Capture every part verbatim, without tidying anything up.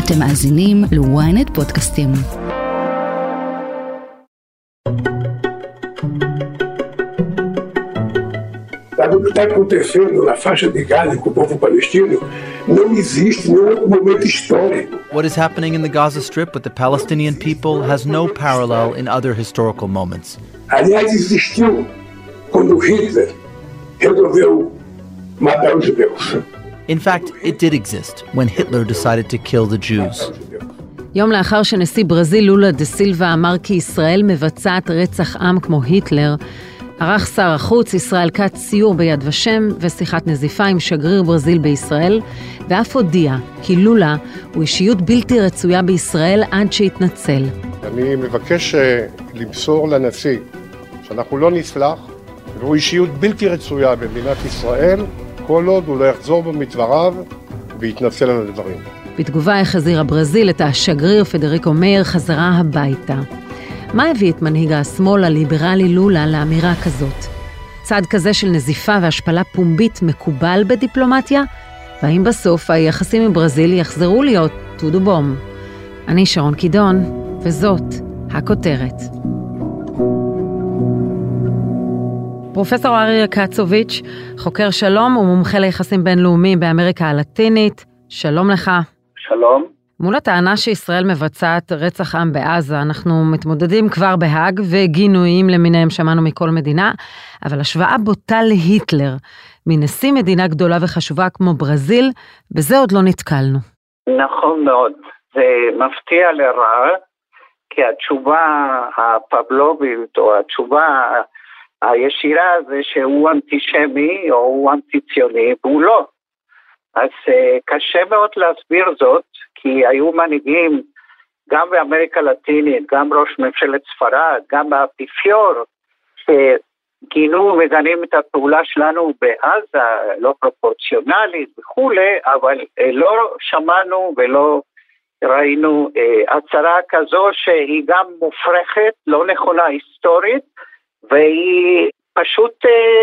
אתם מאזינים ל-ynet פודקאסטים. Sabe o que está acontecendo na faixa de Gaza com o povo palestino? Não existe nenhum momento histórico. What is happening in the Gaza Strip with the Palestinian people has no parallel in other historical moments. Aliás, existiu quando Hitler resolveu matar os judeus. In fact, it did exist when Hitler decided to kill the Jews. יום לאחר שנשיא ברזיל לולה דה סילבה אמר כי ישראל מבצעת רצח עם כמו היטלר, ערך שר החוץ ישראל כץ סיור ביד ושם ושיחת נזיפה עם שגריר ברזיל בישראל, ואף הודיע כי לולה הוא אישיות בלתי רצויה בישראל עד שהתנצל. אני מבקש למסור לנשיא שאנחנו לא נסלח, והוא אישיות בלתי רצויה במדינת ישראל, כל עוד הוא לא יחזור בו מדבריו ויתנצל על הדברים. בתגובה החזירה ברזיל את השגריר פדריקו מאיר חזרה הביתה. מה הביא את מנהיג השמאל הליברלי לולה לאמירה כזאת? צעד כזה של נזיפה והשפלה פומבית מקובל בדיפלומטיה? והאם בסוף היחסים עם ברזיל יחזרו להיות טודו בום? אני שרון קידון, וזאת הכותרת. פרופסור אריה קצוביץ', חוקר שלום ומומחה ליחסים בינלאומיים באמריקה הלטינית, שלום לך. שלום. מול הטענה שישראל מבצעת רצח עם בעזה, אנחנו מתמודדים כבר בהאג וגינויים למיניהם שמענו מכל מדינה, אבל השוואה בוטה להיטלר, מנשיא מדינה גדולה וחשובה כמו ברזיל, בזה עוד לא נתקלנו. נכון מאוד, זה מפתיע לרעה, כי התשובה הפבלובית או התשובה הישירה זה שהוא אנטישמי או הוא אנטי-ציוני, והוא לא. אז קשה מאוד להסביר זאת, כי היו מנהיגים גם באמריקה הלטינית, גם ראש ממשלת ספרד, גם באפיפיור, שגינו ומגנים את הפעולה שלנו בעזה, לא פרופורציונלית וכו', אבל לא שמענו ולא ראינו הצהרה כזו שהיא גם מופרכת, לא נכונה היסטורית, והיא פשוט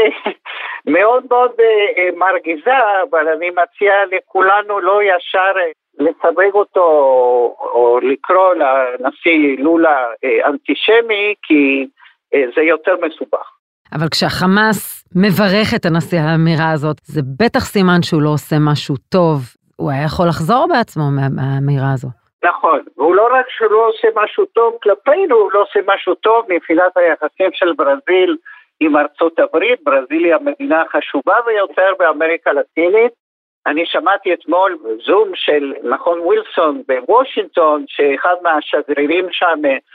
מאוד מאוד מרגיזה, אבל אני מציע לכולנו לא ישר לסווג אותו או לקרוא לנשיא לולה אנטישמי, כי זה יותר מסובך. אבל כשהחמאס מברך את הנשיא האמירה הזאת, זה בטח סימן שהוא לא עושה משהו טוב. הוא היה יכול לחזור בעצמו מהאמירה הזו. נכון, והוא לא רק שהוא לא עושה משהו טוב כלפינו, הוא לא עושה משהו טוב מבחינת היחסים של ברזיל עם ארצות הברית. ברזיל היא המדינה החשובה ביותר באמריקה הלטינית. אני שמעתי אתמול בזום של מכון ווילסון בוושינגטון, שאחד מהשגרירים שם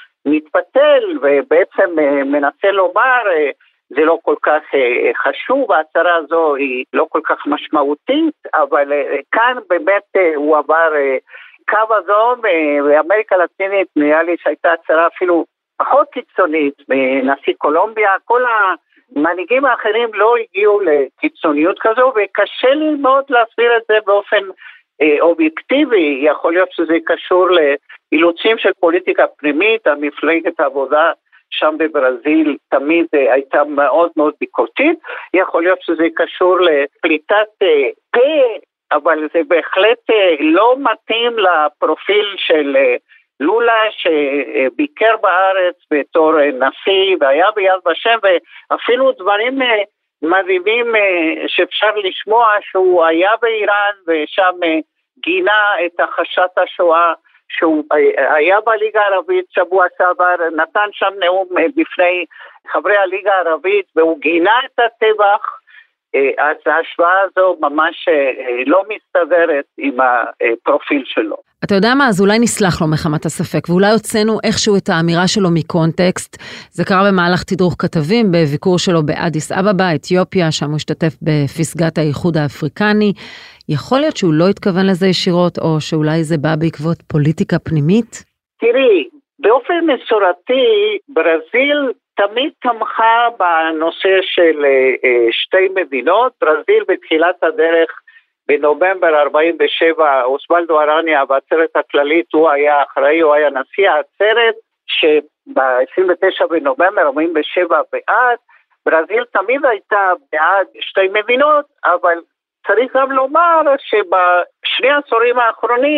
מתפתל ובעצם מנסה לומר, זה לא כל כך חשוב, ההצהרה הזו היא לא כל כך משמעותית, אבל כאן באמת הוא עבר קו אדום, באמריקה הלטינית נראה לי שהייתה הצהרה אפילו פחות קיצונית בנשיא קולומביה. כל המנהיגים האחרים לא הגיעו לקיצוניות כזו, וקשה ללמוד להסביר את זה באופן אה, אובייקטיבי. יכול להיות שזה קשור לאילוצים של פוליטיקה פנימית. המפלגת העבודה שם בברזיל תמיד אה, הייתה מאוד מאוד ביקורתית. יכול להיות שזה קשור לפליטת אה, פה, אבל זה בהחלט אה, לא מתאים לפרופיל של אה, לולה, שביקר בארץ בתור נשיא והיה ביד ושם, ואפילו דברים מדהימים שאפשר לשמוע, שהוא היה באיראן ושם גינה את הכחשת השואה, שהוא היה בליגה הערבית שבוע שעבר, נתן שם נאום בפני חברי הליגה הערבית והוא גינה את הטבח. אז ההשוואה הזו ממש לא מסתדרת עם הפרופיל שלו. אתה יודע מה? אז אולי נסלח לו מחמת הספק, ואולי הוצאנו איכשהו את האמירה שלו מקונטקסט. זה קרה במהלך תדרוך כתבים, בביקור שלו באדיס אבבה, אתיופיה, שם הוא השתתף בפסגת האיחוד האפריקני. יכול להיות שהוא לא התכוון לזה ישירות, או שאולי זה בא בעקבות פוליטיקה פנימית? תראי, באופן מסורתי, ברזיל תמיד תמכה בנושא של שתי מדינות. ברזיל בתחילת הדרך, בנובמבר ארבעים ושבע, אוסוולדו ארניה בעצרת הכללית, הוא היה אחראי, הוא היה נשיא העצרת, שב-עשרים ותשעה בנובמבר ארבעים ושבע בעד. ברזיל תמיד הייתה בעד שתי מדינות, אבל צריך גם לומר שבשני העשורים האחרונים,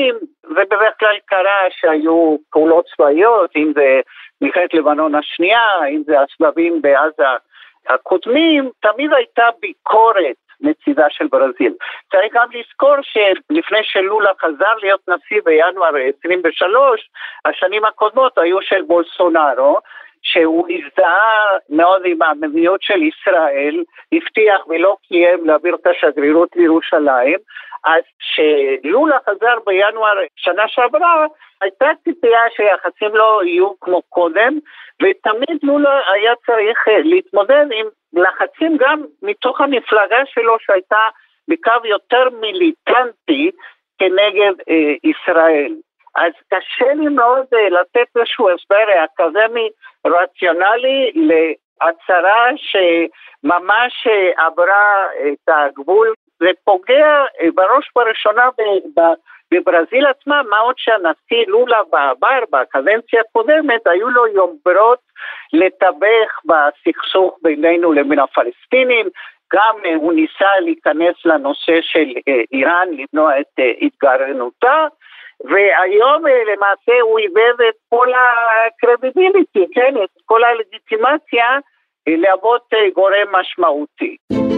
זה בדרך כלל קרה שהיו פעולות צבאיות, אם זה מלחמת לבנון השנייה, אם זה הסבבים בעזה הקודמים, תמיד הייתה ביקורת מצידה של ברזיל. צריך גם לזכור שלפני שלולה חזר להיות נשיא בינואר עשרים ושלוש, השנים הקודמות היו של בולסונארו, שהוא הזדהה מאוד עם המדיניות של ישראל, הבטיח ולא קיים להעביר את השגרירות לירושלים, אז שלולה חזר בינואר שנה שעברה, הייתה ציפייה שיחסים לא יהיו כמו קודם, ותמיד לולה היה צריך להתמודד עם לחצים גם מתוך המפלגה שלו שהייתה בקו יותר מיליטנטי כנגד אה, ישראל. אז קשה לי מאוד אה, לתת איזשהו הסבר אקדמי רציונלי להצהרה שממש אה, עברה את הגבול, זה פוגע אה, בראש בראשונה ב... ב בברזיל עצמה, מה עוד שהנשיא לולה בעבר, בקדנציה הקודמת, היו לו יומרות לטבח בסכסוך בינינו לבין הפלסטינים, גם הוא ניסה להיכנס לנושא של איראן, למנוע את התגרענותה, והיום למעשה הוא איבד את כל הקרדיביליטי, כן, את כל הלגיטימציה להוות גורם משמעותי.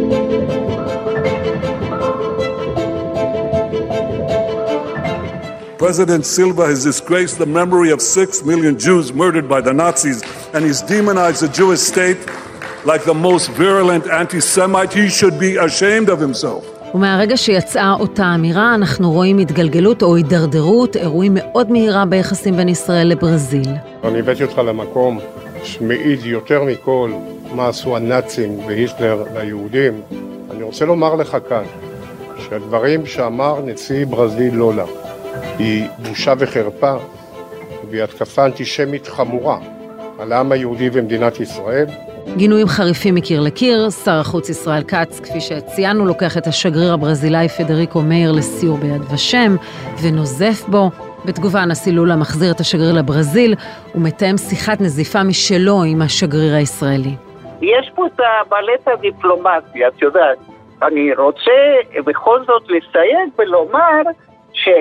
President Silva has disgraced the memory of six million Jews murdered by the Nazis, and he's demonized the Jewish state like the most virulent anti-Semite. He should be ashamed of himself. ומהרגע שיצאה אותה אמירה, אנחנו רואים התגלגלות או הידרדרות, אירועים מאוד מהירה ביחסים בין ישראל לברזיל. אני הבאתי אותך למקום שמעיד יותר מכל מה עשו הנאצים והיטלר ליהודים. אני רוצה לומר לך כאן, שהדברים שאמר נשיא ברזיל לולה, היא בושה וחרפה, והיא התקפה אנטישמית חמורה על העם היהודי ומדינת ישראל. גינויים חריפים מקיר לקיר, שר החוץ ישראל כץ, כפי שציינו, לוקח את השגריר הברזילאי פדריקו מאיר לסיור ביד ושם, ונוזף בו. בתגובה הנשיא לולה מחזיר את השגריר לברזיל, ומתאם שיחת נזיפה משלו עם השגריר הישראלי. יש פה את הבלט הדיפלומטי, את יודעת, אני רוצה בכל זאת לסייג ולומר ש...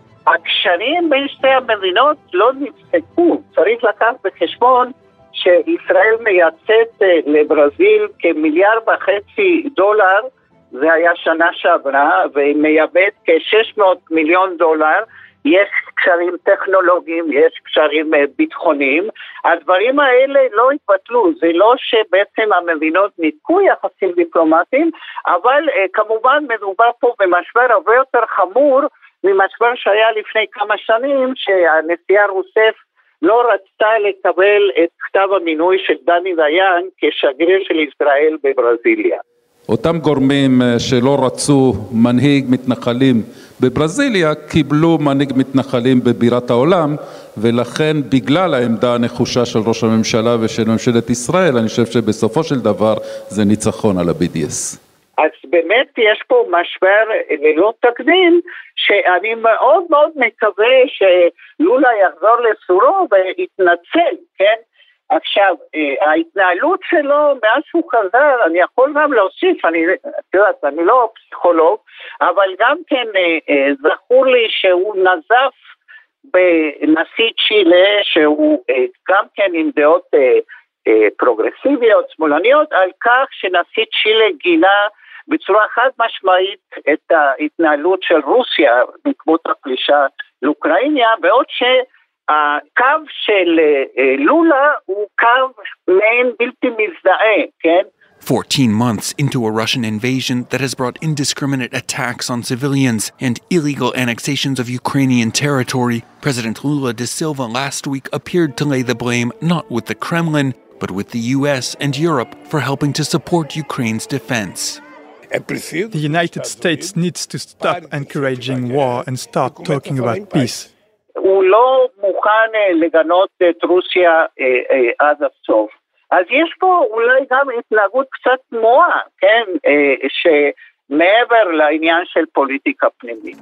הקשרים בין שתי המדינות לא נפסקו. צריך לקחת בחשבון שישראל מייצאת לברזיל כמיליארד וחצי דולר, זה היה שנה שעברה, והיא מייבאת כ-שש מאות מיליון דולר. יש קשרים טכנולוגיים, יש קשרים ביטחוניים. הדברים האלה לא התבטלו, זה לא שבעצם המדינות ניתקו יחסים דיפלומטיים, אבל כמובן מדובר פה במשבר הרבה יותר חמור, ממשבר שהיה לפני כמה שנים, שהנשיאה רוסף לא רצתה לקבל את כתב המינוי של דני דיין כשגריר של ישראל בברזיליה. אותם גורמים שלא רצו מנהיג מתנחלים בברזיליה, קיבלו מנהיג מתנחלים בבירת העולם, ולכן בגלל העמדה הנחושה של ראש הממשלה ושל ממשלת ישראל, אני חושב שבסופו של דבר זה ניצחון על ה-בי די אס. אז באמת יש פה משבר ללא תקדים, שאני מאוד מאוד מקווה שלולה יחזור לסורו ויתנצל, כן? עכשיו, ההתנהלות שלו מאז שהוא חזר, אני יכול גם להוסיף, אני, תראה, אני לא פסיכולוג, אבל גם כן זכור לי שהוא נזף בנשיא צ'ילה, שהוא גם כן עם דעות פרוגרסיביות, שמאלניות, על כך שנשיא צ'ילה גילה בצורה חד משמעית את ההתנהלות של רוסיה בעקבות הפלישה לאוקראינה, בעוד שהקו של לולה הוא קו מעין בלתי מזדהה, כן? fourteen months into a Russian invasion that has brought indiscriminate attacks on civilians and illegal annexations of Ukrainian territory, President Lula da Silva last week appeared to lay the blame not with the Kremlin, but with the U S and Europe for helping to support Ukraine's defense. The United States needs to stop encouraging war and start talking about peace. הוא לא מוכן לגנות את רוסיה עד הסוף. אז יש פה אולי גם התנהגות קצת תמוהה, כן, שמעבר לעניין של פוליטיקה פנימית.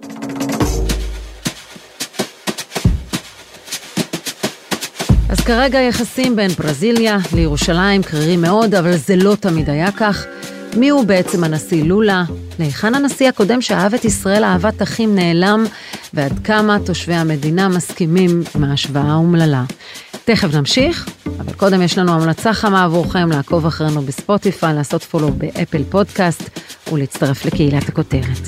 אז כרגע יחסים בין ברזיליה לירושלים קרירים מאוד, אבל זה לא תמיד היה כך. מי הוא בעצם הנשיא לולה? להיכן הנשיא הקודם שאהב את ישראל אהבת אחים נעלם? ועד כמה תושבי המדינה מסכימים עם ההשוואה האומללה. תכף נמשיך, אבל קודם יש לנו המלצה חמה עבורכם לעקוב אחרינו בספוטיפיי, לעשות פולו באפל פודקאסט ולהצטרף לקהילת הכותרת.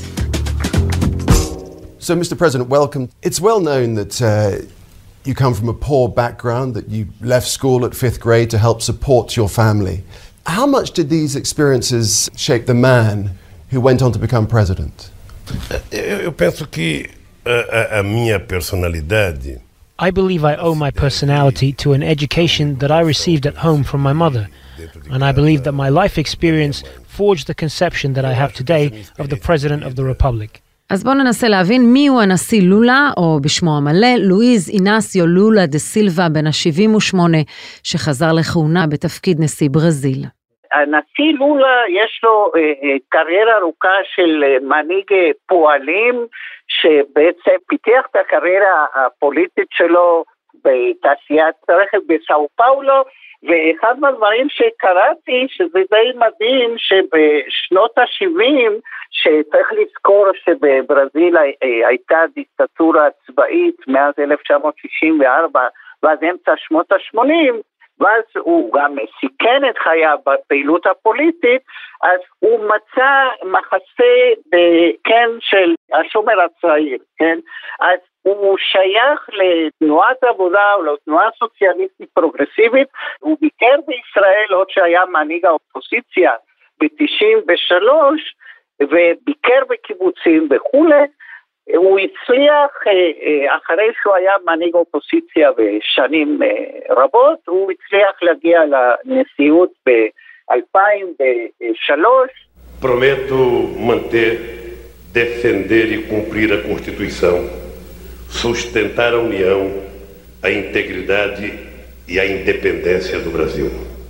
So, Mister President, welcome. It's well known that uh, you come from a poor background, that you left school at fifth grade to help support your family. How much did these experiences shape the man who went on to become president? Eu penso que a, a minha personalidade. I believe I owe my personality to an education that I received at home from my mother, and I believe that my life experience forged the conception that I have today of the President of the Republic. אז בואו ננסה להבין מי הוא הנשיא לולה, או בשמו המלא, לואיז אינאסיו לולה דה סילבה, בן ה-שבעים ושמונה, שחזר לכהונה בתפקיד נשיא ברזיל. הנשיא לולה יש לו אה, קריירה ארוכה של מנהיג פועלים, שבעצם פיתח את הקריירה הפוליטית שלו בתעשיית רכב בסאו פאולו, ואחד מהדברים שקראתי, שזה די מדהים, שבשנות ה-שבעים, שצריך לזכור שבברזיל הייתה דיקטטורה צבאית מאז אלף תשע מאות שישים וארבע ועד אמצע שנות ה-שמונים, ואז הוא גם סיכן את חייו בפעילות הפוליטית, אז הוא מצא מחסה כן, של השומר הצעיר, כן? אז הוא שייך לתנועת עבודה או לתנועה סוציאליסטית פרוגרסיבית, הוא ביקר בישראל עוד שהיה מנהיג האופוזיציה ב-תשעים ושלוש, וביקר בקיבוצים וכולי. הוא הצליח, אחרי שהוא היה מנהיג אופוזיציה בשנים רבות, הוא הצליח להגיע לנשיאות ב-אלפיים ושלוש. Prometo manter, defender e cumprir a Constituição, sustentar a união, a integridade e a independência do Brasil.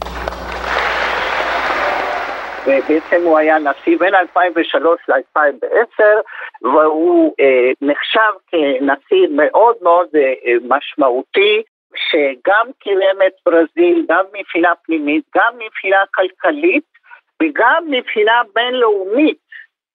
ובעצם הוא היה נשיא בין אלפיים ושלוש ל-אלפיים ועשר, והוא אה, נחשב כנשיא מאוד מאוד אה, משמעותי, שגם קידם את ברזיל, גם מבחינה פנימית, גם מבחינה כלכלית, וגם מבחינה בינלאומית.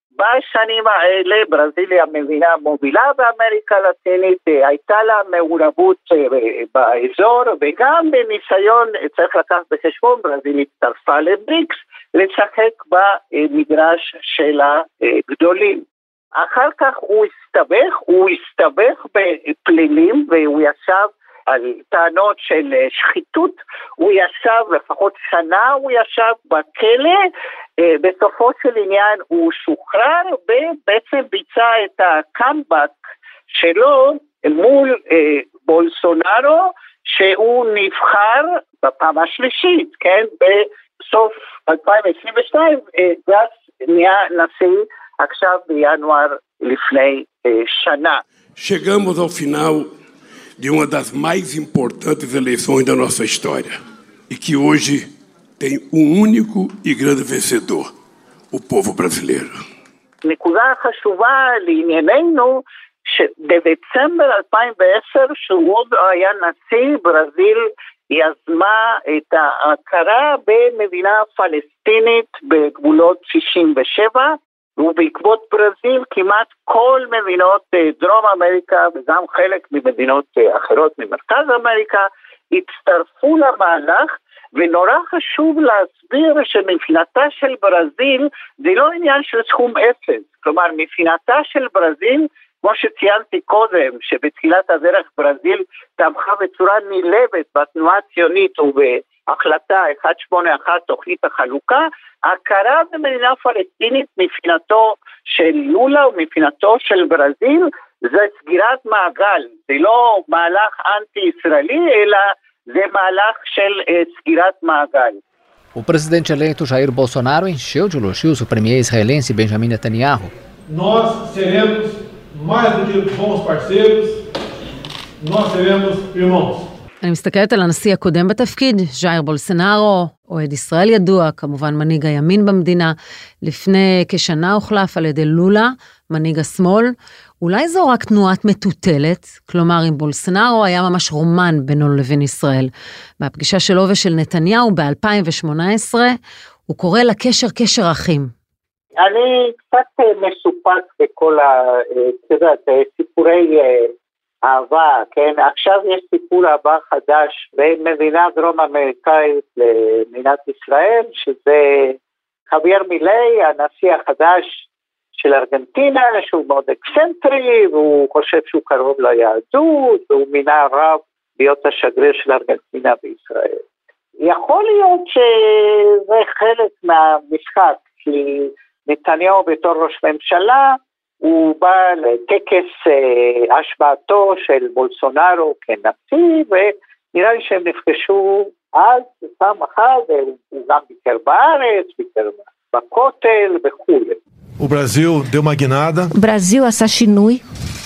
בשנים האלה ברזיליה מדינה מובילה באמריקה הלטינית, הייתה לה מעורבות באזור, וגם בניסיון, צריך לקחת בחשבון, ברזיל הצטרפה לבריקס, לשחק במגרש של הגדולים. אחר כך הוא הסתבך, הוא הסתבך בפלילים, והוא ישב על טענות של שחיתות, הוא ישב לפחות שנה, הוא ישב בכלא, בסופו של עניין הוא שוחרר, ובעצם ביצע את הקאמבק שלו מול בולסונארו, שהוא נבחר בפעם השלישית, כן, בסוף אלפיים עשרים ושתיים, ואז נהיה נשיא עכשיו בינואר לפני שנה. Chegamos ao final de uma das mais importantes eleições da nossa história, e que hoje tem um único e grande vencedor, o povo brasileiro. נקודה חשובה לענייננו, שבדצמבר אלפיים ועשר, שהוא היה נשיא, ברזיל יזמה את ההכרה במדינה פלסטינית בגבולות שישים ושבע, ובעקבות ברזיל כמעט כל מדינות דרום אמריקה וגם חלק ממדינות אחרות ממרכז אמריקה הצטרפו למהלך, ונורא חשוב להסביר שמבחינתה של ברזיל זה לא עניין של סכום אפס, כלומר מבחינתה של ברזיל, כמו שציינתי קודם, שבתחילת הדרך ברזיל תמכה בצורה נלהבת בתנועה הציונית ובהחלטה אחת שמונה אחת תוכנית החלוקה, הכרה במדינה פלסטינית מבחינתו של לולה ומבחינתו של ברזיל זה סגירת מעגל, זה לא מהלך אנטי-ישראלי אלא זה מהלך של סגירת מעגל. O presidente eleito Jair Bolsonaro encheu de elogios o premier israelense Benjamin Netanyahu. Nós seremos mais do que bons parceiros, nós seremos irmãos. אני מסתכלת על הנשיא הקודם בתפקיד, ז'איר בולסונארו, אוהד ישראל ידוע, כמובן מנהיג הימין במדינה. לפני כשנה הוחלף על ידי לולה, מנהיג השמאל. אולי זו רק תנועת מטוטלת, כלומר עם בולסונארו היה ממש רומן בינו לבין ישראל. בפגישה שלו ושל נתניהו ב-אלפיים ושמונה עשרה, הוא קורא לקשר קשר אחים. אני קצת מסופק בכל הסיפורי אהבה, כן? עכשיו יש סיפור אהבה חדש בין מדינה דרום אמריקאית למדינת ישראל, שזה חוויאר מילי, הנשיא החדש של ארגנטינה, שהוא מאוד אקסנטרי, והוא חושב שהוא קרוב ליהדות, והוא מינה רב להיות השגריר של ארגנטינה בישראל. יכול להיות שזה חלק מהמשחק, כי נתניהו בתור ראש ממשלה, הוא בא לטקס אה, השבעתו של בולסונארו כנשיא, ונראה לי שהם נפגשו אז פעם אחת, הוא גם ביקר בארץ, ביקר בכותל וכו'. O Brasil deu uma guinada. Brasil עשה שינוי.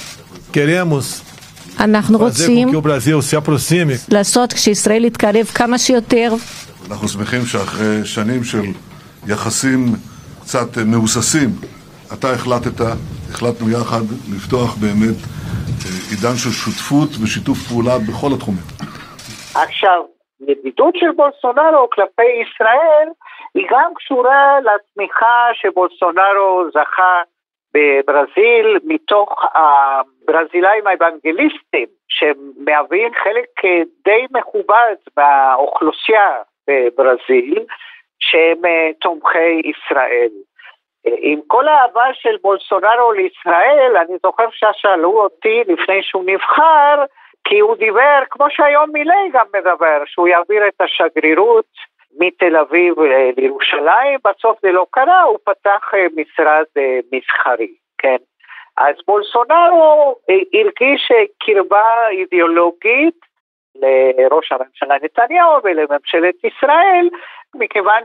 Queremos אנחנו רוצים que o Brasil se aproxime. לעשות כשישראל יתקרב כמה שיותר. אנחנו שמחים שאחרי שנים של יחסים קצת מאוססים, אתה החלטת, החלטנו יחד לפתוח באמת עידן של שותפות ושיתוף פעולה בכל התחומים. עכשיו, ידידות של בולסונארו כלפי ישראל היא גם קשורה לתמיכה שבולסונארו זכה בברזיל מתוך הברזילאים האוונגליסטים שמהווים חלק די מכובד באוכלוסייה בברזיל שהם תומכי ישראל. עם כל האהבה של בולסונארו לישראל, אני זוכר ששאלו אותי לפני שהוא נבחר, כי הוא דיבר, כמו שהיום מילי גם מדבר, שהוא יעביר את השגרירות מתל אביב לירושלים, בסוף זה לא קרה, הוא פתח משרד מסחרי, כן. אז בולסונארו הרגיש קרבה אידיאולוגית לראש הממשלה נתניהו ולממשלת ישראל, מכיוון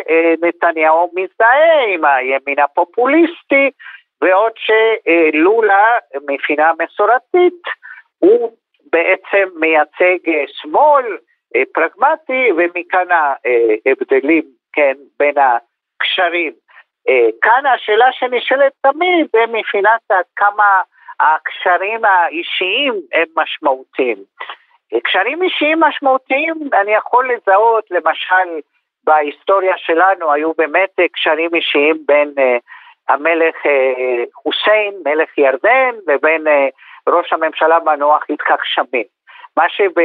שנתניהו מזדהה עם הימין הפופוליסטי, ועוד שלולה מפינה מסורתית, הוא בעצם מייצג שמאל פרגמטי, ומכאן ההבדלים, כן, בין הקשרים. כאן השאלה שנשאלת תמיד, זה מפינת כמה הקשרים האישיים הם משמעותיים. קשרים אישיים משמעותיים, אני יכול לזהות, למשל, בהיסטוריה שלנו היו באמת קשרים אישיים בין uh, המלך uh, חוסיין, מלך ירדן, לבין uh, ראש הממשלה מנוח יצחק שמיר. מה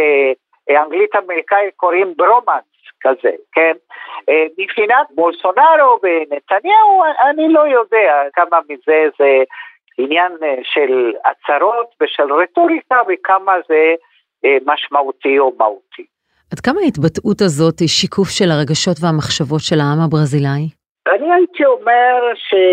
שבאנגלית אמריקאית קוראים ברומנס כזה, כן? Uh, מבחינת בולסונארו ונתניהו, אני לא יודע כמה מזה זה עניין uh, של הצהרות ושל רטוריקה, וכמה זה uh, משמעותי או מהותי. עד כמה ההתבטאות הזאת היא שיקוף של הרגשות והמחשבות של העם הברזילאי? אני הייתי אומר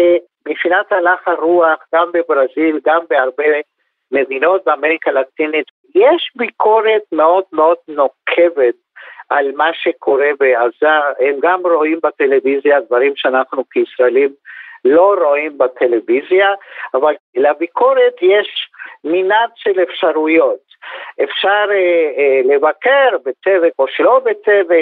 שמבחינת הלך הרוח, גם בברזיל, גם בהרבה מדינות באמריקה הלטינית, יש ביקורת מאוד מאוד נוקבת על מה שקורה בעזה. הם גם רואים בטלוויזיה דברים שאנחנו כישראלים לא רואים בטלוויזיה, אבל לביקורת יש מנעד של אפשרויות. אפשר אה, אה, לבקר בצדק או שלא בצדק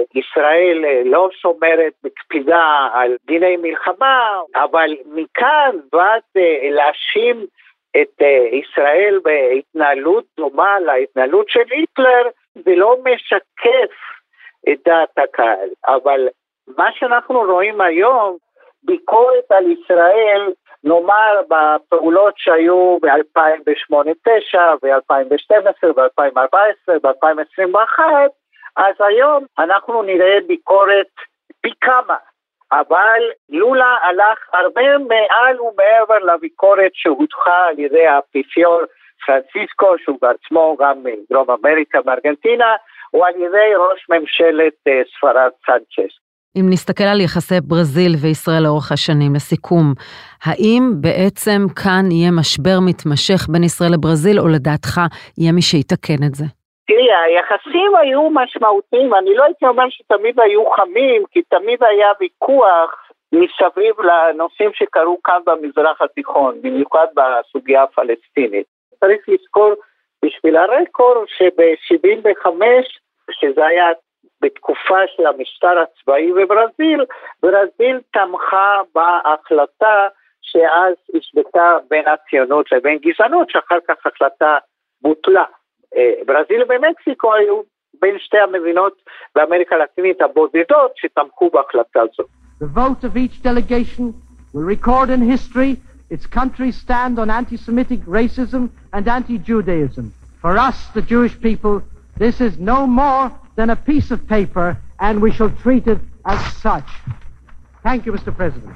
שישראל אה, לא שומרת בקפידה על דיני מלחמה, אבל מכאן ועד אה, להאשים את אה, ישראל בהתנהלות דומה להתנהלות של היטלר, זה לא משקף את דעת הקהל. אבל מה שאנחנו רואים היום, ביקורת על ישראל, נאמר בפעולות שהיו ב-אלפיים ושמונה תשע, ב-אלפיים ושתים עשרה, ב-אלפיים וארבע עשרה, ב-אלפיים עשרים ואחת, אז היום אנחנו נראה ביקורת פי כמה. אבל לולה הלך הרבה מעל ומעבר לביקורת שהודחה על ידי האפיפיור פרנסיסקו, שהוא בעצמו גם מדרום אמריקה וארגנטינה, או על ידי ראש ממשלת ספרד סנצ'ס. אם נסתכל על יחסי ברזיל וישראל לאורך השנים, לסיכום, האם בעצם כאן יהיה משבר מתמשך בין ישראל לברזיל, או לדעתך יהיה מי שיתקן את זה? תראי, היחסים היו משמעותיים, אני לא הייתי אומר שתמיד היו חמים, כי תמיד היה ויכוח מסביב לנושאים שקרו כאן במזרח התיכון, במיוחד בסוגיה הפלסטינית. צריך לזכור בשביל הרקורד שב-שבעים וחמש, שזה היה בתקופה של המשטר הצבאי בברזיל, ברזיל תמכה בהחלטה שאז השבתה בין הציונות לבין גזענות, שאחר כך החלטה בוטלה. ברזיל ומקסיקו היו בין שתי המדינות באמריקה הלטינית הבודדות שתמכו בהחלטה הזאת. The vote of each delegation will record in history its country's stand on anti-Semitic racism and anti-Judaism. For us, the Jewish people, this is no more than a piece of paper, and we shall treat it as such. Thank you, Mister President.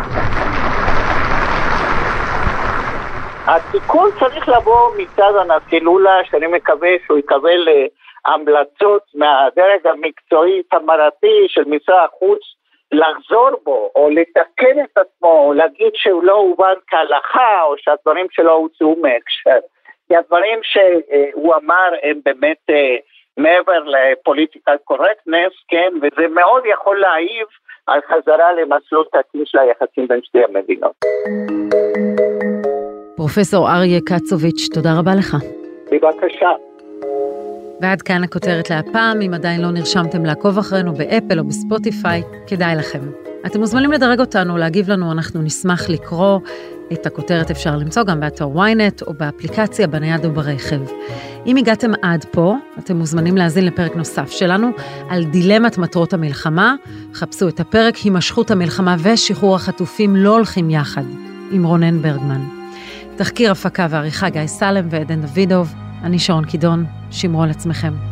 התיקון צריך לבוא מצד הנשיא לולה, שאני מקווה שהוא יקבל המלצות מהדרג המקצועי תמרתי של משרד החוץ לחזור בו, או לתקן את עצמו, או להגיד שהוא לא הובן כהלכה, או שהדברים שלו הוצאו מהקשר. כי הדברים שהוא אמר הם באמת מעבר לפוליטיקל קורקטנס, כן, וזה מאוד יכול להעיב על חזרה למסלול תקין של היחסים בין שתי המדינות. פרופסור אריה קצוביץ', תודה רבה לך. בבקשה. ועד כאן הכותרת להפעם. אם עדיין לא נרשמתם לעקוב אחרינו באפל או בספוטיפיי, כדאי לכם. אתם מוזמנים לדרג אותנו, להגיב לנו, אנחנו נשמח לקרוא. את הכותרת אפשר למצוא גם באתר וויינט או באפליקציה בנייד או ברכב. אם הגעתם עד פה, אתם מוזמנים להאזין לפרק נוסף שלנו על דילמת מטרות המלחמה. חפשו את הפרק הימשכות המלחמה ושחרור החטופים לא הולכים יחד, עם רונן ברגמן. תחקיר הפקה ועריכה גיא סלם ועדן דוידוב. אני שרון קידון, שמרו על עצמכם.